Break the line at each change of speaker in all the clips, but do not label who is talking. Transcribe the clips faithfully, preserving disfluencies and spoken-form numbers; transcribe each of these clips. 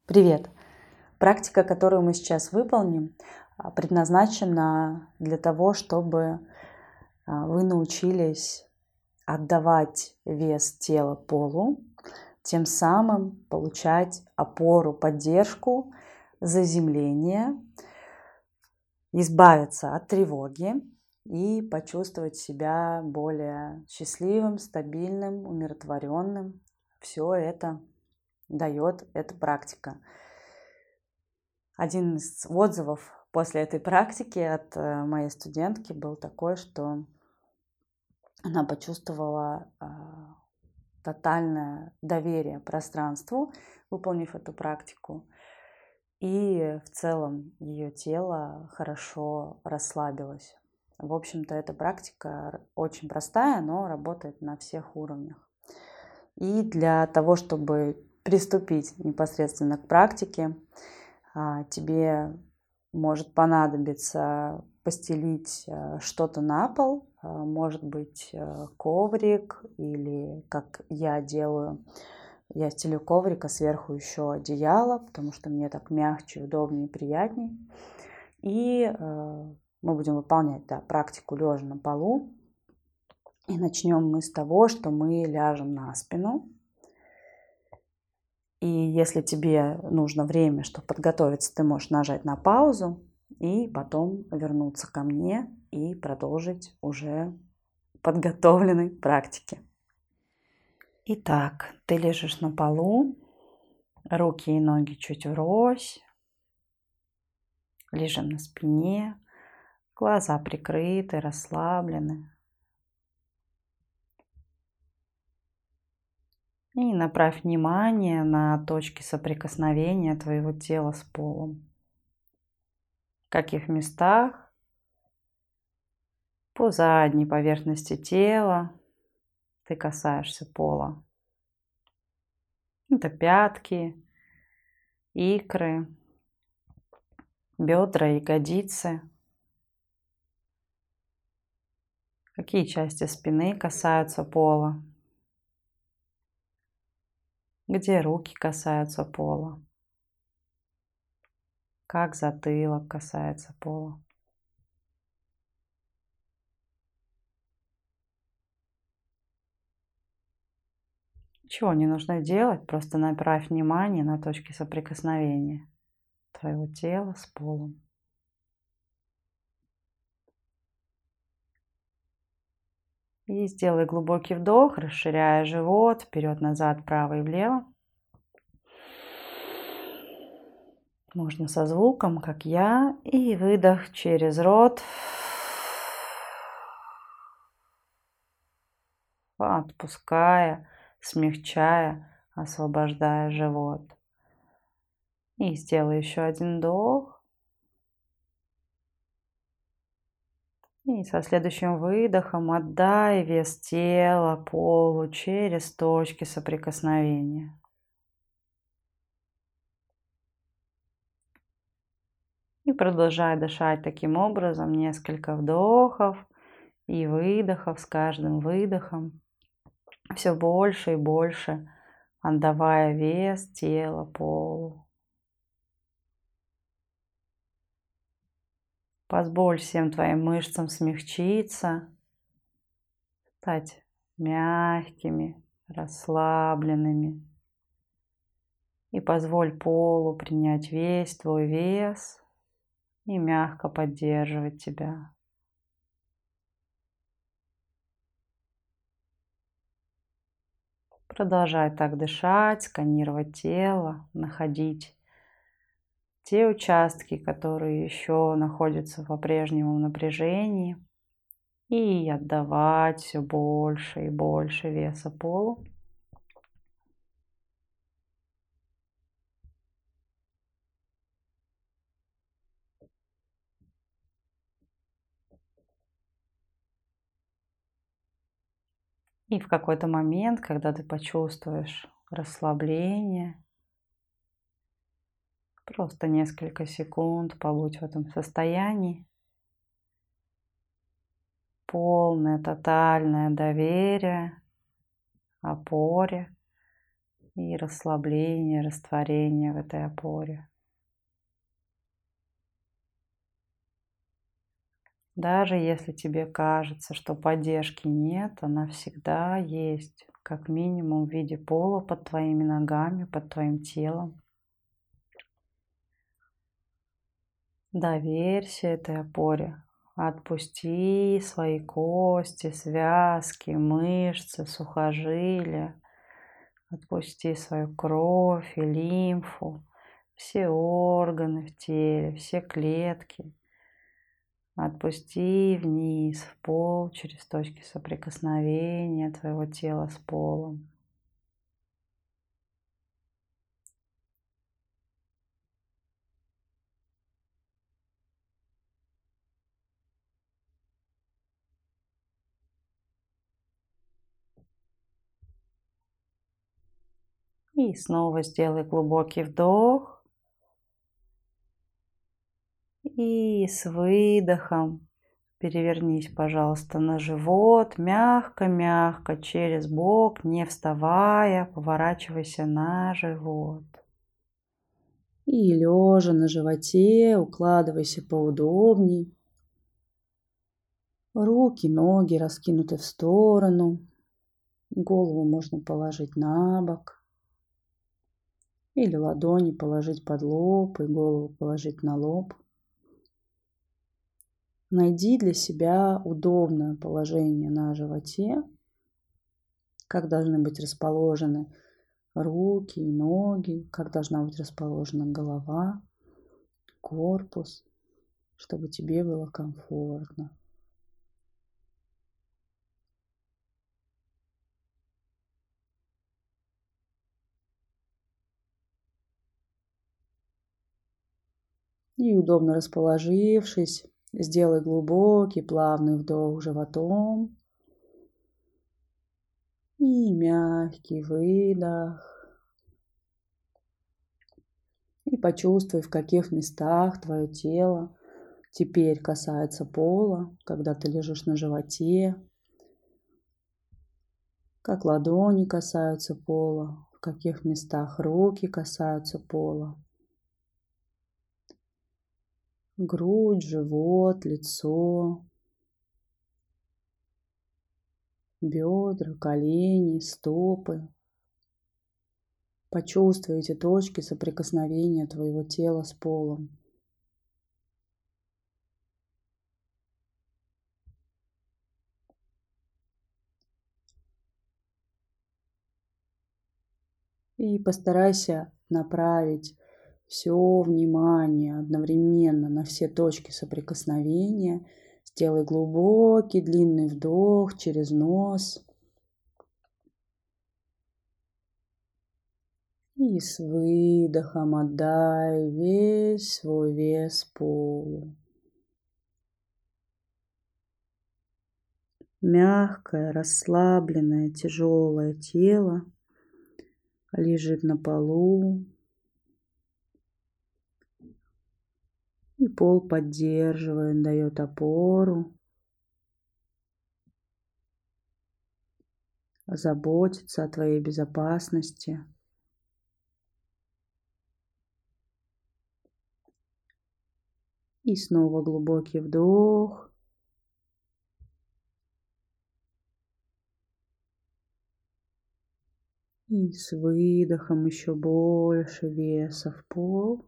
Привет! Практика, которую мы сейчас выполним, а, предназначена для того, чтобы а, вы научились отдавать вес тела полу, тем самым получать опору, поддержку, заземление, избавиться от тревоги и почувствовать себя более счастливым, стабильным, умиротворенным. Все это дает эта практика. Один из отзывов после этой практики от э, моей студентки был такой, что она почувствовала а, тотальное доверие пространству, выполнив эту практику. И в целом ее тело хорошо расслабилось. В общем-то, эта практика очень простая, но работает на всех уровнях. И для того, чтобы приступить непосредственно к практике, а, тебе может понадобиться постелить а, что-то на пол, а, может быть а, коврик или, как я делаю, я стелю коврик, а сверху еще одеяло, потому что мне так мягче, удобнее, приятней. И а, мы будем выполнять, да, практику лежа на полу. И начнем мы с того, что мы ляжем на спину. И если тебе нужно время, чтобы подготовиться, ты можешь нажать на паузу и потом вернуться ко мне и продолжить уже подготовленной практики. Итак, ты лежишь на полу, руки и ноги чуть врозь, лежим на спине, глаза прикрыты, расслаблены. И направь внимание на точки соприкосновения твоего тела с полом. В каких местах по задней поверхности тела ты касаешься пола. Это пятки, икры, бедра, ягодицы. Какие части спины касаются пола? Где руки касаются пола? Как затылок касается пола? Ничего не нужно делать, просто направь внимание на точки соприкосновения твоего тела с полом. И сделай глубокий вдох, расширяя живот, вперед-назад, вправо и влево. Можно со звуком, как я, и выдох через рот, отпуская, смягчая, освобождая живот. И сделай еще один вдох. И со следующим выдохом отдай вес тела полу через точки соприкосновения. И продолжай дышать таким образом несколько вдохов и выдохов. С каждым выдохом все больше и больше отдавая вес тела полу. Позволь всем твоим мышцам смягчиться, стать мягкими, расслабленными. И позволь полу принять весь твой вес и мягко поддерживать тебя. Продолжай так дышать, сканировать тело, находить те участки, которые еще находятся по-прежнему в напряжении, и отдавать все больше и больше веса полу. И в какой-то момент, когда ты почувствуешь расслабление, просто несколько секунд побудь в этом состоянии. Полное, тотальное доверие, опоре и расслабление, растворение в этой опоре. Даже если тебе кажется, что поддержки нет, она всегда есть, как минимум в виде пола под твоими ногами, под твоим телом. Доверься этой опоре. Отпусти свои кости, связки, мышцы, сухожилия. Отпусти свою кровь и лимфу, все органы в теле, все клетки. Отпусти вниз, в пол, через точки соприкосновения твоего тела с полом. И снова сделай глубокий вдох. И с выдохом перевернись, пожалуйста, на живот, мягко-мягко, через бок, не вставая, поворачивайся на живот. И лежа на животе, укладывайся поудобней. Руки, ноги раскинуты в сторону. Голову можно положить на бок. Или ладони положить под лоб и голову положить на лоб. Найди для себя удобное положение на животе, как должны быть расположены руки и ноги, как должна быть расположена голова, корпус, чтобы тебе было комфортно. И удобно расположившись, сделай глубокий плавный вдох животом и мягкий выдох. И почувствуй, в каких местах твое тело теперь касается пола, когда ты лежишь на животе, как ладони касаются пола, в каких местах руки касаются пола. Грудь, живот, лицо, бедра, колени, стопы. Почувствуй эти точки соприкосновения твоего тела с полом. И постарайся направить все внимание одновременно на все точки соприкосновения. Сделай глубокий длинный вдох через нос. И с выдохом отдай весь свой вес полу. Мягкое, расслабленное, тяжелое тело лежит на полу. И пол поддерживает, дает опору. Заботится о твоей безопасности. И снова глубокий вдох. И с выдохом еще больше веса в пол.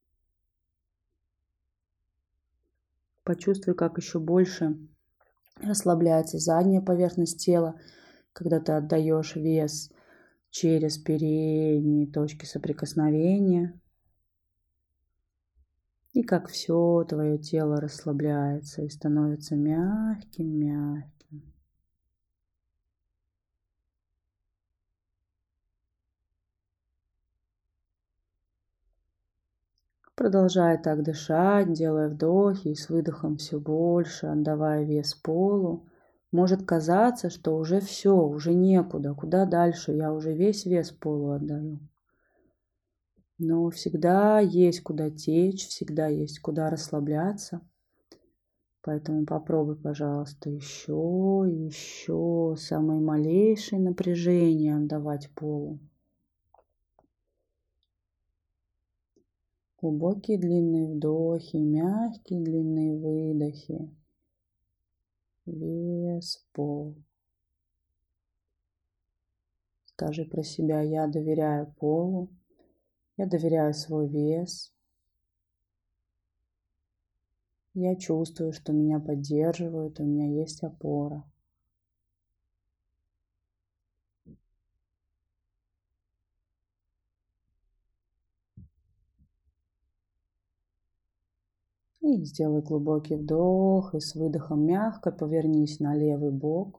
Почувствуй, как еще больше расслабляется задняя поверхность тела, когда ты отдаешь вес через передние точки соприкосновения. И как все твое тело расслабляется и становится мягким-мягким. Продолжай так дышать, делая вдохи и с выдохом все больше, отдавая вес полу. Может казаться, что уже все, уже некуда, куда дальше, я уже весь вес полу отдаю. Но всегда есть куда течь, всегда есть куда расслабляться. Поэтому попробуй, пожалуйста, еще и еще самое малейшее напряжение отдавать полу. Глубокие длинные вдохи, мягкие длинные выдохи. Вес, пол. Скажи про себя: я доверяю полу, я доверяю свой вес. Я чувствую, что меня поддерживают, у меня есть опора. И сделай глубокий вдох, и с выдохом мягко повернись на левый бок.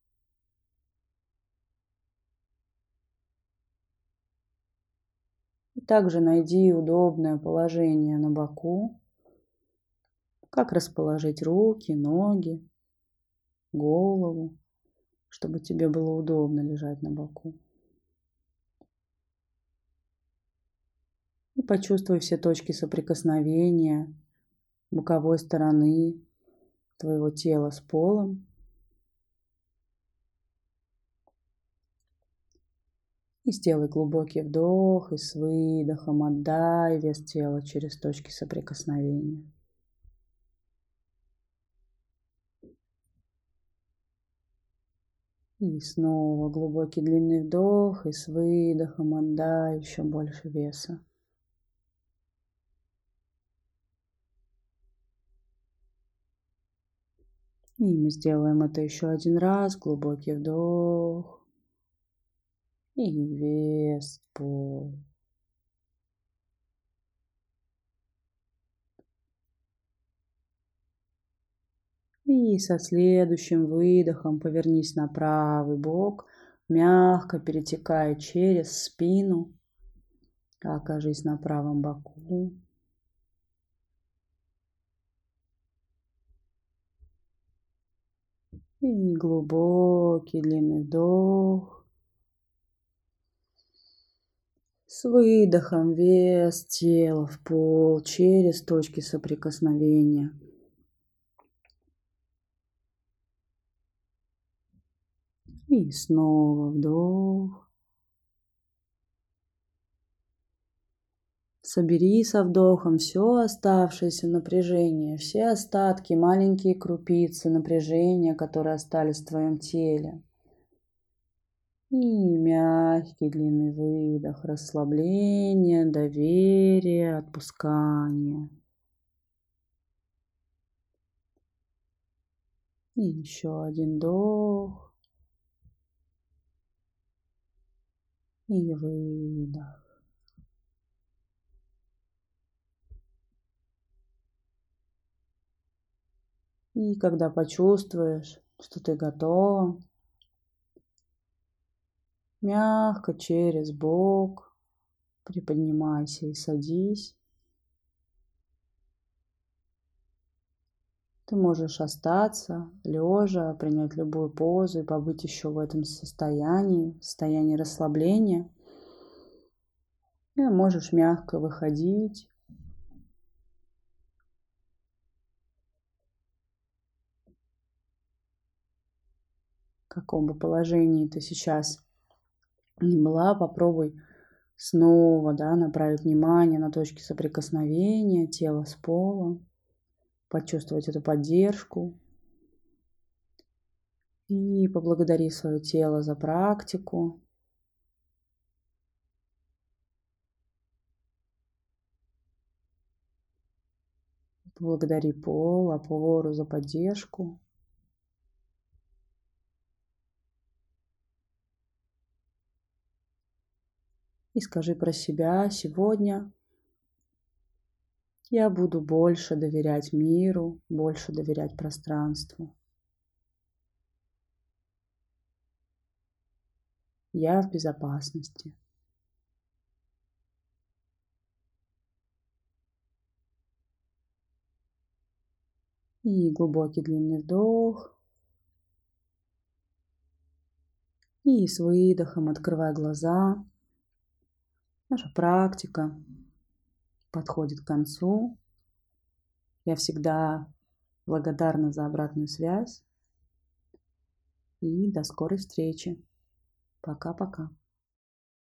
И также найди удобное положение на боку. Как расположить руки, ноги, голову, чтобы тебе было удобно лежать на боку. И почувствуй все точки соприкосновения боковой стороны твоего тела с полом. И сделай глубокий вдох, и с выдохом отдай вес тела через точки соприкосновения. И снова глубокий длинный вдох, и с выдохом отдай еще больше веса. И мы сделаем это еще один раз. Глубокий вдох. И вес в пол. И со следующим выдохом повернись на правый бок, мягко перетекая через спину. Окажись на правом боку. И глубокий длинный вдох. С выдохом вес тела в пол через точки соприкосновения. И снова вдох. Собери со вдохом все оставшееся напряжение, все остатки, маленькие крупицы напряжения, которые остались в твоем теле. И мягкий длинный выдох, расслабление, доверие, отпускание. И еще один вдох. И выдох. И когда почувствуешь, что ты готова, мягко через бок приподнимайся и садись. Ты можешь остаться лежа, принять любую позу и побыть еще в этом состоянии, состоянии расслабления. И можешь мягко выходить. В каком бы положении ты сейчас ни была, попробуй снова, да, направить внимание на точки соприкосновения тела с полом, почувствовать эту поддержку. И поблагодари свое тело за практику. Поблагодари пол, опору за поддержку. И скажи про себя: сегодня я буду больше доверять миру, больше доверять пространству. Я в безопасности. И глубокий длинный вдох. И с выдохом открывай глаза. Наша практика подходит к концу. Я всегда благодарна за обратную связь. И до скорой встречи. Пока-пока.